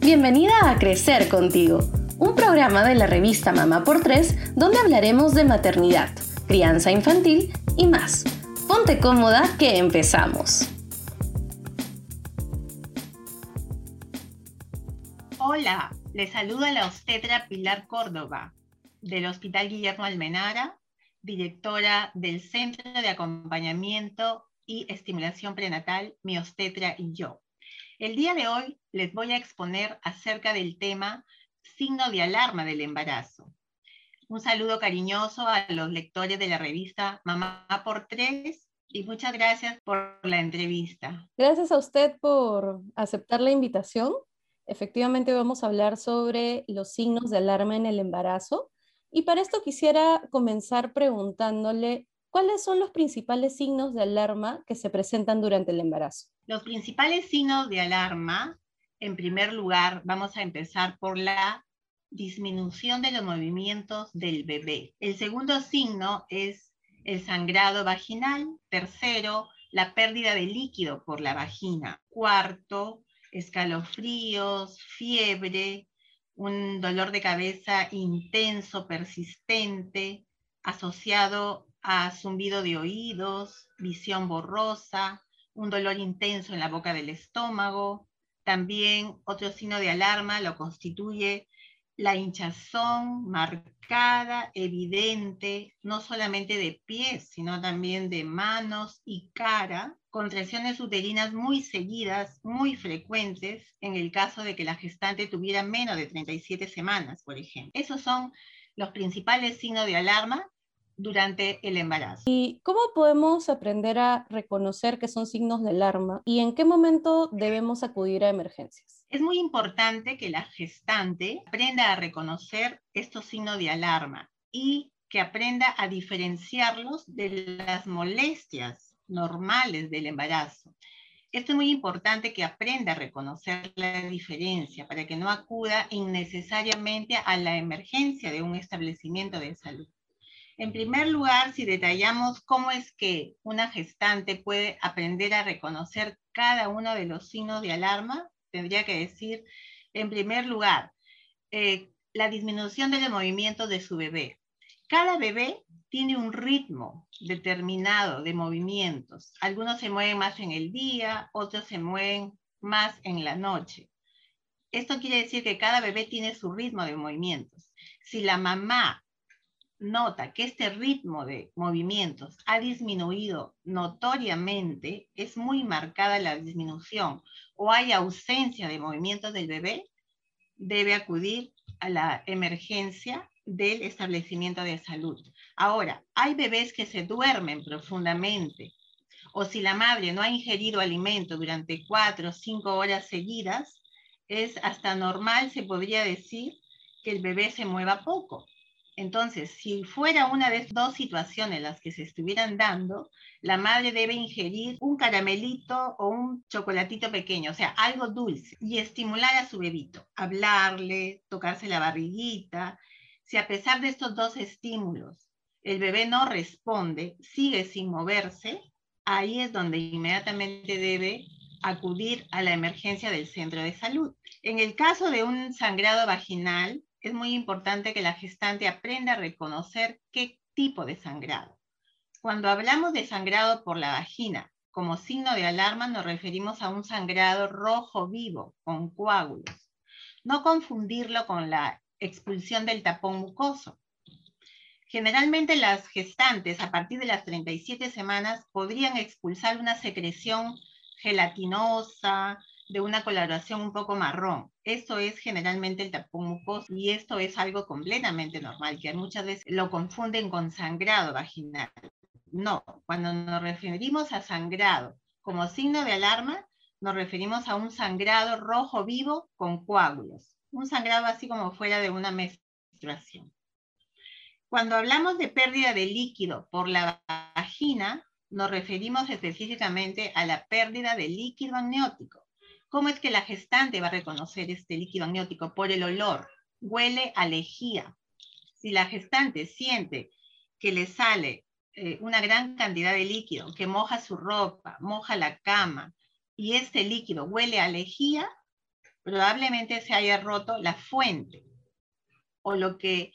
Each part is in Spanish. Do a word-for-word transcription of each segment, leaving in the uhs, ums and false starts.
Bienvenida a Crecer Contigo, un programa de la revista Mamá por Tres donde hablaremos de maternidad, crianza infantil y más. Ponte cómoda que empezamos. Hola, les saluda la obstetra Pilar Córdoba, del Hospital Guillermo Almenara, directora del Centro de Acompañamiento y Estimulación Prenatal Mi Obstetra y Yo. El día de hoy les voy a exponer acerca del tema signo de alarma del embarazo. Un saludo cariñoso a los lectores de la revista Mamá por Tres y muchas gracias por la entrevista. Gracias a usted por aceptar la invitación. Efectivamente vamos a hablar sobre los signos de alarma en el embarazo y para esto quisiera comenzar preguntándole ¿cuáles son los principales signos de alarma que se presentan durante el embarazo? Los principales signos de alarma, en primer lugar, vamos a empezar por la disminución de los movimientos del bebé. El segundo signo es el sangrado vaginal. Tercero, la pérdida de líquido por la vagina. Cuarto, escalofríos, fiebre, un dolor de cabeza intenso, persistente, asociado a zumbido de oídos, visión borrosa, un dolor intenso en la boca del estómago. También otro signo de alarma lo constituye la hinchazón marcada, evidente, no solamente de pies, sino también de manos y cara, contracciones uterinas muy seguidas, muy frecuentes, en el caso de que la gestante tuviera menos de treinta y siete semanas, por ejemplo. Esos son los principales signos de alarma durante el embarazo. ¿Y cómo podemos aprender a reconocer que son signos de alarma y en qué momento debemos acudir a emergencias? Es muy importante que la gestante aprenda a reconocer estos signos de alarma y que aprenda a diferenciarlos de las molestias normales del embarazo. Esto es muy importante que aprenda a reconocer la diferencia para que no acuda innecesariamente a la emergencia de un establecimiento de salud. En primer lugar, si detallamos cómo es que una gestante puede aprender a reconocer cada uno de los signos de alarma, tendría que decir, en primer lugar, eh, la disminución de los movimientos de su bebé. Cada bebé tiene un ritmo determinado de movimientos. Algunos se mueven más en el día, otros se mueven más en la noche. Esto quiere decir que cada bebé tiene su ritmo de movimientos. Si la mamá nota que este ritmo de movimientos ha disminuido notoriamente, es muy marcada la disminución, o hay ausencia de movimientos del bebé, debe acudir a la emergencia del establecimiento de salud. Ahora, hay bebés que se duermen profundamente, o si la madre no ha ingerido alimento durante cuatro o cinco horas seguidas, es hasta normal, se podría decir, que el bebé se mueva poco. Entonces, si fuera una de estas dos situaciones las que se estuvieran dando, la madre debe ingerir un caramelito o un chocolatito pequeño, o sea, algo dulce, y estimular a su bebito, hablarle, tocarse la barriguita. Si a pesar de estos dos estímulos el bebé no responde, sigue sin moverse, ahí es donde inmediatamente debe acudir a la emergencia del centro de salud. En el caso de un sangrado vaginal, es muy importante que la gestante aprenda a reconocer qué tipo de sangrado. Cuando hablamos de sangrado por la vagina, como signo de alarma nos referimos a un sangrado rojo vivo con coágulos. No confundirlo con la expulsión del tapón mucoso. Generalmente las gestantes a partir de las treinta y siete semanas podrían expulsar una secreción gelatinosa, de una coloración un poco marrón. Esto es generalmente el tapón mucoso y esto es algo completamente normal, que muchas veces lo confunden con sangrado vaginal. No, cuando nos referimos a sangrado como signo de alarma, nos referimos a un sangrado rojo vivo con coágulos. Un sangrado así como fuera de una menstruación. Cuando hablamos de pérdida de líquido por la vagina, nos referimos específicamente a la pérdida de líquido amniótico. ¿Cómo es que la gestante va a reconocer este líquido amniótico? Por el olor. Huele a lejía. Si la gestante siente que le sale eh, una gran cantidad de líquido, que moja su ropa, moja la cama, y este líquido huele a lejía, probablemente se haya roto la fuente, o lo que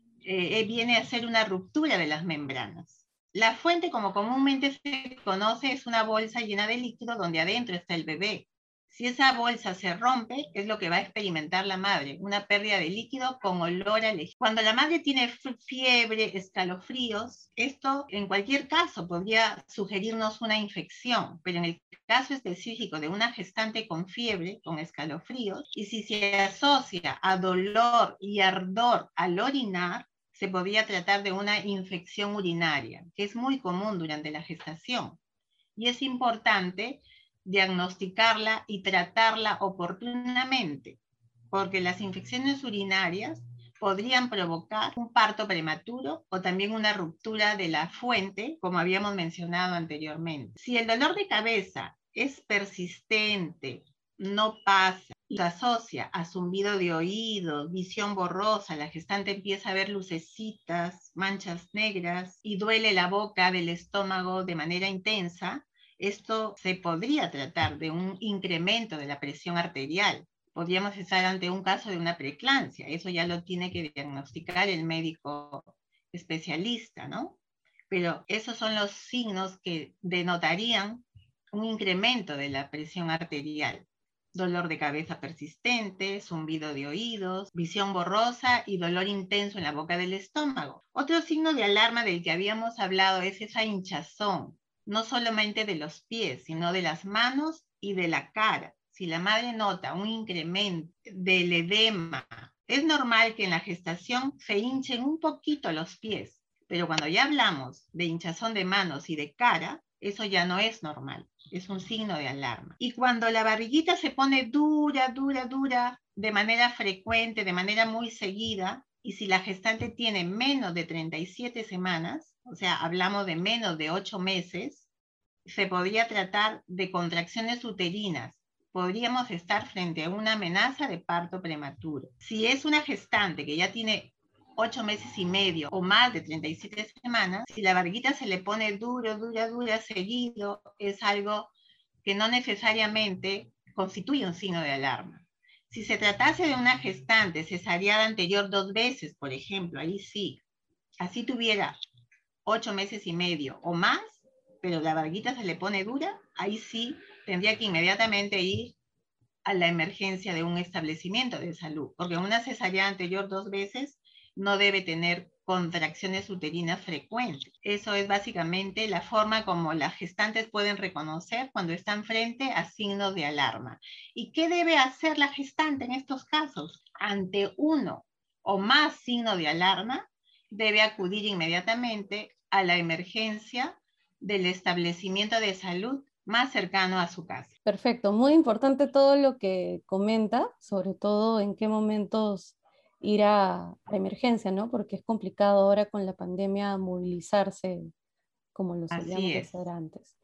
eh, viene a ser una ruptura de las membranas. La fuente, como comúnmente se conoce, es una bolsa llena de líquido donde adentro está el bebé. Si esa bolsa se rompe, es lo que va a experimentar la madre, una pérdida de líquido con olor a leche. Cuando la madre tiene fiebre, escalofríos, esto en cualquier caso podría sugerirnos una infección, pero en el caso específico de una gestante con fiebre, con escalofríos, y si se asocia a dolor y ardor al orinar, se podría tratar de una infección urinaria, que es muy común durante la gestación. Y es importante diagnosticarla y tratarla oportunamente, porque las infecciones urinarias podrían provocar un parto prematuro o también una ruptura de la fuente, como habíamos mencionado anteriormente. Si el dolor de cabeza es persistente, no pasa, y se asocia a zumbido de oídos, visión borrosa, la gestante empieza a ver lucecitas, manchas negras y duele la boca del estómago de manera intensa, esto se podría tratar de un incremento de la presión arterial. Podríamos estar ante un caso de una preeclampsia. Eso ya lo tiene que diagnosticar el médico especialista, ¿no? Pero esos son los signos que denotarían un incremento de la presión arterial. Dolor de cabeza persistente, zumbido de oídos, visión borrosa y dolor intenso en la boca del estómago. Otro signo de alarma del que habíamos hablado es esa hinchazón, no solamente de los pies, sino de las manos y de la cara. Si la madre nota un incremento del edema, es normal que en la gestación se hinchen un poquito los pies, pero cuando ya hablamos de hinchazón de manos y de cara, eso ya no es normal, es un signo de alarma. Y cuando la barriguita se pone dura, dura, dura, de manera frecuente, de manera muy seguida, y si la gestante tiene menos de treinta y siete semanas, o sea, hablamos de menos de ocho meses, se podría tratar de contracciones uterinas. Podríamos estar frente a una amenaza de parto prematuro. Si es una gestante que ya tiene ocho meses y medio o más de treinta y siete semanas, si la barriguita se le pone duro, dura, dura, seguido, es algo que no necesariamente constituye un signo de alarma. Si se tratase de una gestante cesariada anterior dos veces, por ejemplo, ahí sí, así tuviera ocho meses y medio o más, pero la barriguita se le pone dura, ahí sí tendría que inmediatamente ir a la emergencia de un establecimiento de salud, porque una cesárea anterior dos veces no debe tener contracciones uterinas frecuentes. Eso es básicamente la forma como las gestantes pueden reconocer cuando están frente a signos de alarma. ¿Y qué debe hacer la gestante en estos casos? Ante uno o más signos de alarma, debe acudir inmediatamente a la emergencia del establecimiento de salud más cercano a su casa. Perfecto, muy importante todo lo que comenta, sobre todo en qué momentos ir a, a emergencia, ¿no? Porque es complicado ahora con la pandemia movilizarse como lo Así solíamos es. hacer antes.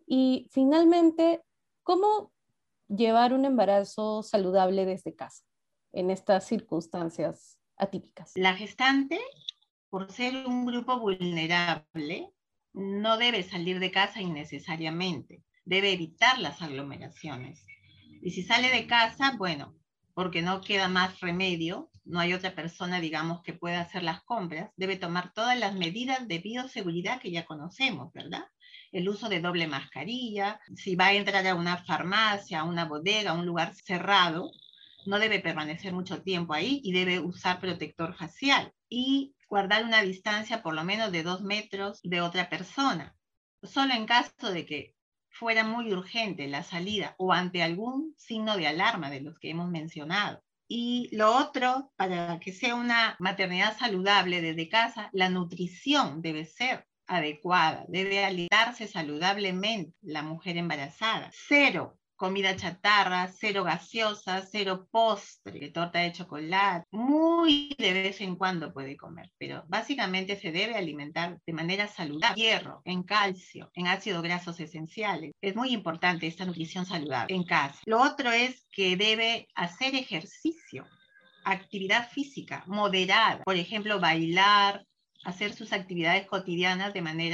Y finalmente, ¿cómo llevar un embarazo saludable desde casa en estas circunstancias atípicas? La gestante, por ser un grupo vulnerable, no debe salir de casa innecesariamente. Debe evitar las aglomeraciones. Y si sale de casa, bueno, porque no queda más remedio, no hay otra persona, digamos, que pueda hacer las compras, debe tomar todas las medidas de bioseguridad que ya conocemos, ¿verdad? El uso de doble mascarilla, si va a entrar a una farmacia, a una bodega, a un lugar cerrado, no debe permanecer mucho tiempo ahí y debe usar protector facial y guardar una distancia por lo menos de dos metros de otra persona. Solo en caso de que fuera muy urgente la salida o ante algún signo de alarma de los que hemos mencionado. Y lo otro, para que sea una maternidad saludable desde casa, la nutrición debe ser adecuada, debe alimentarse saludablemente la mujer embarazada. Cero comida chatarra, cero gaseosa, cero postre, torta de chocolate, muy de vez en cuando puede comer, pero básicamente se debe alimentar de manera saludable, en hierro, en calcio, en ácidos grasos esenciales. Es muy importante esta nutrición saludable en casa. Lo otro es que debe hacer ejercicio, actividad física moderada, por ejemplo, bailar, hacer sus actividades cotidianas de manera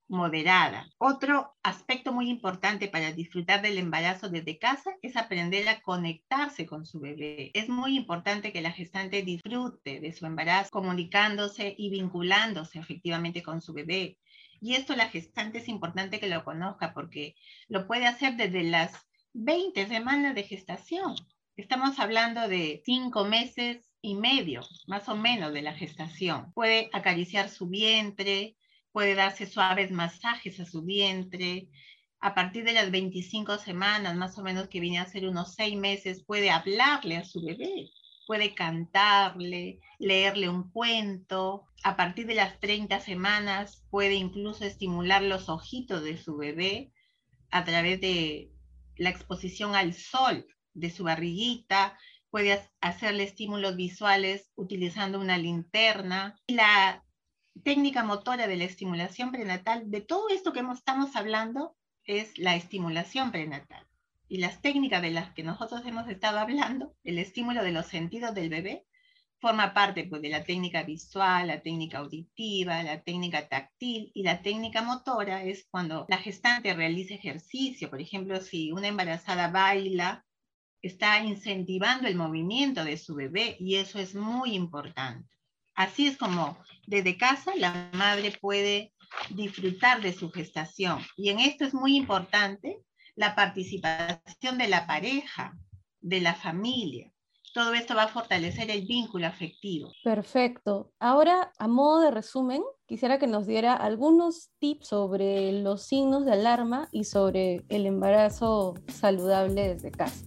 moderada. Otro aspecto muy importante para disfrutar del embarazo desde casa es aprender a conectarse con su bebé. Es muy importante que la gestante disfrute de su embarazo comunicándose y vinculándose efectivamente con su bebé. Y esto la gestante es importante que lo conozca porque lo puede hacer desde las veinte semanas de gestación. Estamos hablando de cinco meses y medio, más o menos, de la gestación. Puede acariciar su vientre, puede darse suaves masajes a su vientre. A partir de las veinticinco semanas, más o menos, que viene a ser unos seis meses, puede hablarle a su bebé, puede cantarle, leerle un cuento. A partir de las treinta semanas, puede incluso estimular los ojitos de su bebé a través de la exposición al sol de su barriguita. Puede hacerle estímulos visuales utilizando una linterna. Y la técnica motora de la estimulación prenatal, de todo esto que estamos hablando, es la estimulación prenatal. Y las técnicas de las que nosotros hemos estado hablando, el estímulo de los sentidos del bebé, forma parte pues, de la técnica visual, la técnica auditiva, la técnica táctil, y la técnica motora es cuando la gestante realiza ejercicio. Por ejemplo, si una embarazada baila, está incentivando el movimiento de su bebé, y eso es muy importante. Así es como desde casa la madre puede disfrutar de su gestación. Y en esto es muy importante la participación de la pareja, de la familia. Todo esto va a fortalecer el vínculo afectivo. Perfecto. Ahora, a modo de resumen, quisiera que nos diera algunos tips sobre los signos de alarma y sobre el embarazo saludable desde casa.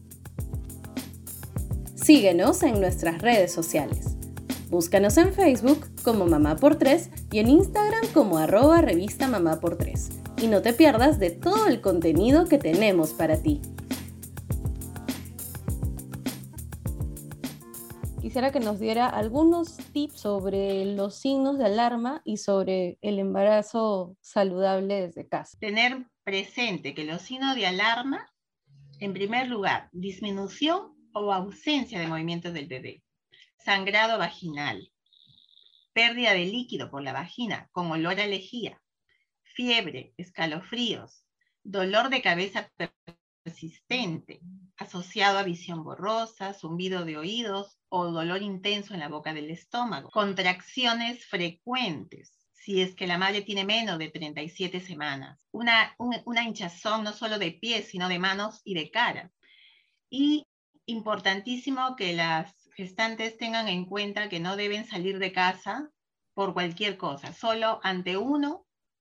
Síguenos en nuestras redes sociales. Búscanos en Facebook como Mamá por Tres y en Instagram como arroba revista Mamá por Tres. Y no te pierdas de todo el contenido que tenemos para ti. Quisiera que nos diera algunos tips sobre los signos de alarma y sobre el embarazo saludable desde casa. Tener presente que los signos de alarma, en primer lugar, disminución o ausencia de movimientos del bebé, sangrado vaginal, pérdida de líquido por la vagina con olor a lejía, fiebre, escalofríos, dolor de cabeza persistente, asociado a visión borrosa, zumbido de oídos o dolor intenso en la boca del estómago, contracciones frecuentes, si es que la madre tiene menos de treinta y siete semanas, una, un, una hinchazón no solo de pies, sino de manos y de cara. Y importantísimo que las gestantes tengan en cuenta que no deben salir de casa por cualquier cosa, solo ante uno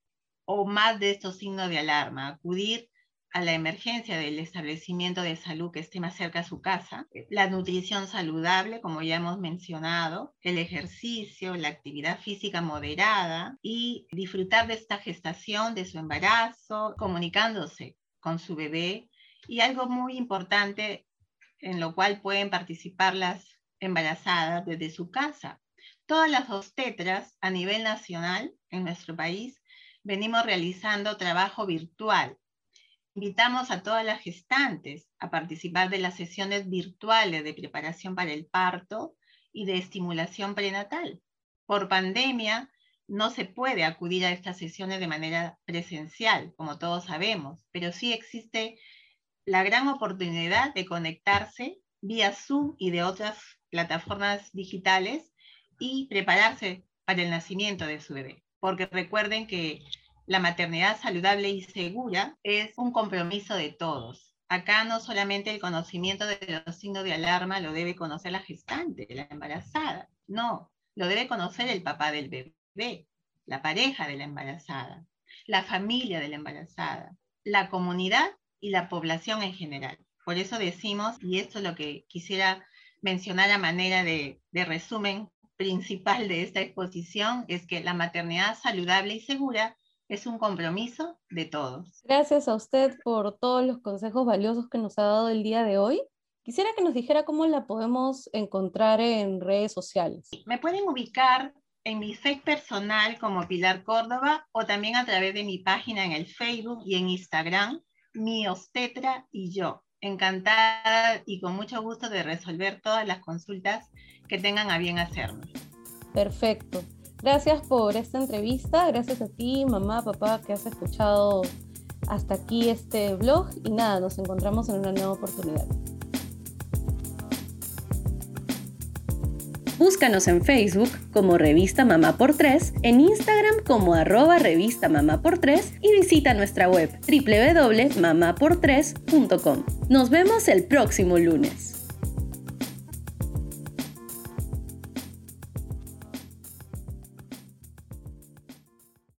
o más de estos signos de alarma, acudir a la emergencia del establecimiento de salud que esté más cerca a su casa, la nutrición saludable, como ya hemos mencionado, el ejercicio, la actividad física moderada y disfrutar de esta gestación, de su embarazo, comunicándose con su bebé. Y algo muy importante en lo cual pueden participar las embarazadas desde su casa. Todas las obstetras a nivel nacional en nuestro país venimos realizando trabajo virtual. Invitamos a todas las gestantes a participar de las sesiones virtuales de preparación para el parto y de estimulación prenatal. Por pandemia no se puede acudir a estas sesiones de manera presencial, como todos sabemos, pero sí existe la gran oportunidad de conectarse vía Zoom y de otras plataformas digitales y prepararse para el nacimiento de su bebé. Porque recuerden que la maternidad saludable y segura es un compromiso de todos. Acá no solamente el conocimiento de los signos de alarma lo debe conocer la gestante, la embarazada. No, lo debe conocer el papá del bebé, la pareja de la embarazada, la familia de la embarazada, la comunidad y la población en general. Por eso decimos, y esto es lo que quisiera mencionar a manera de, de resumen principal de esta exposición, es que la maternidad saludable y segura es un compromiso de todos. Gracias a usted por todos los consejos valiosos que nos ha dado el día de hoy. Quisiera que nos dijera cómo la podemos encontrar en redes sociales. Me pueden ubicar en mi Facebook personal como Pilar Córdoba o también a través de mi página en el Facebook y en Instagram, Mi Obstetra y Yo. Encantada y con mucho gusto de resolver todas las consultas que tengan a bien hacerme. Perfecto. Gracias por esta entrevista, gracias a ti, mamá, papá, que has escuchado hasta aquí este vlog. Y nada, nos encontramos en una nueva oportunidad. Búscanos en Facebook como Revista Mamá por tres, en Instagram como arroba Revista Mamá por tres y visita nuestra web doble u doble u doble u punto mamá por tres punto com. Nos vemos el próximo lunes.